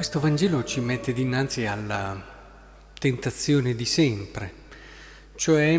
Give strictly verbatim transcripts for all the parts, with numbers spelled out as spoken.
Questo Vangelo ci mette dinanzi alla tentazione di sempre, cioè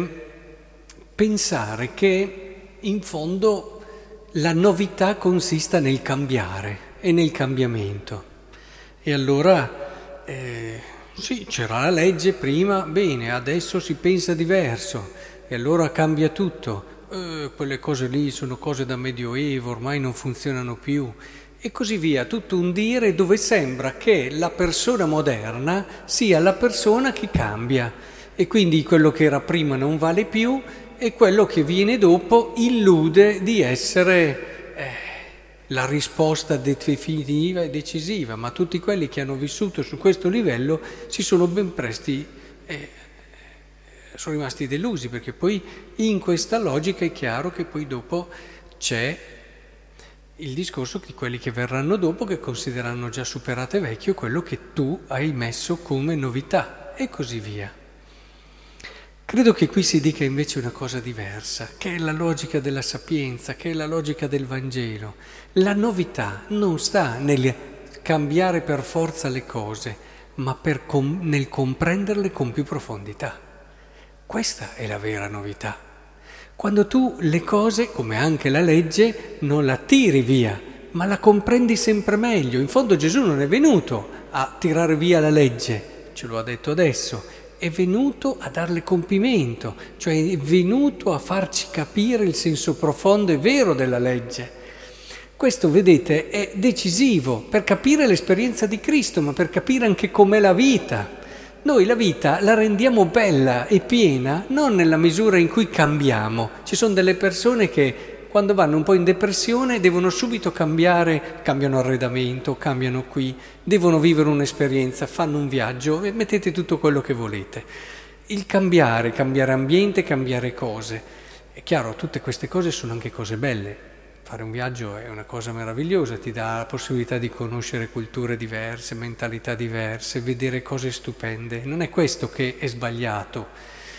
pensare che in fondo la novità consista nel cambiare e nel cambiamento. E allora, eh, sì, c'era la legge prima, bene, adesso si pensa diverso e allora cambia tutto. Eh, quelle cose lì sono cose da medioevo, ormai non funzionano più. E così via, tutto un dire dove sembra che la persona moderna sia la persona che cambia e quindi quello che era prima non vale più e quello che viene dopo illude di essere eh, la risposta definitiva e decisiva, ma tutti quelli che hanno vissuto su questo livello si sono ben presti, eh, sono rimasti delusi, perché poi in questa logica è chiaro che poi dopo c'è il discorso che quelli che verranno dopo, che considereranno già superato e vecchio quello che tu hai messo come novità, e così via. Credo che qui si dica invece una cosa diversa, che è la logica della sapienza, che è la logica del Vangelo. La novità non sta nel cambiare per forza le cose, ma per com- nel comprenderle con più profondità. Questa è la vera novità. Quando tu le cose, come anche la legge, non la tiri via, ma la comprendi sempre meglio. In fondo Gesù non è venuto a tirare via la legge, ce lo ha detto adesso, è venuto a darle compimento, cioè è venuto a farci capire il senso profondo e vero della legge. Questo, vedete, è decisivo per capire l'esperienza di Cristo, ma per capire anche com'è la vita. Noi la vita la rendiamo bella e piena non nella misura in cui cambiamo. Ci sono delle persone che quando vanno un po' in depressione devono subito cambiare, cambiano arredamento, cambiano qui, devono vivere un'esperienza, fanno un viaggio e mettete tutto quello che volete. Il cambiare, cambiare ambiente, cambiare cose. È chiaro, tutte queste cose sono anche cose belle. Fare un viaggio è una cosa meravigliosa, ti dà la possibilità di conoscere culture diverse, mentalità diverse, vedere cose stupende. Non è questo che è sbagliato.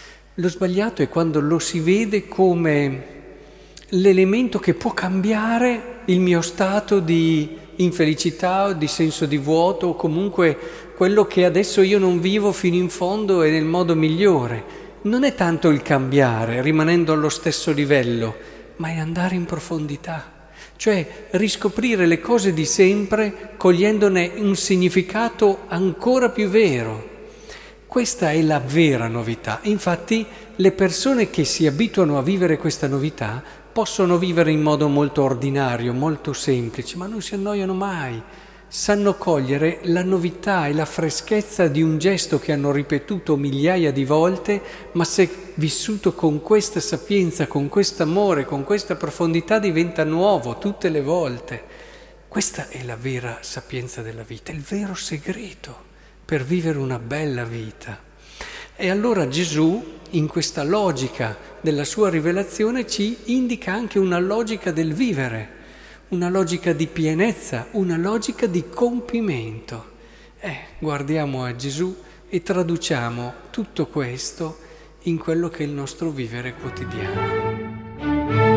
Lo sbagliato è quando lo si vede come l'elemento che può cambiare il mio stato di infelicità o di senso di vuoto o comunque quello che adesso io non vivo fino in fondo e nel modo migliore. Non è tanto il cambiare, rimanendo allo stesso livello, ma è andare in profondità, cioè riscoprire le cose di sempre cogliendone un significato ancora più vero. Questa è la vera novità. Infatti le persone che si abituano a vivere questa novità possono vivere in modo molto ordinario, molto semplice, ma non si annoiano mai. Sanno cogliere la novità e la freschezza di un gesto che hanno ripetuto migliaia di volte, ma se vissuto con questa sapienza, con questo amore, con questa profondità diventa nuovo tutte le volte. Questa è la vera sapienza della vita, il vero segreto per vivere una bella vita. E allora Gesù, in questa logica della sua rivelazione, ci indica anche una logica del vivere, una logica di pienezza, una logica di compimento. Eh, guardiamo a Gesù e traduciamo tutto questo in quello che è il nostro vivere quotidiano.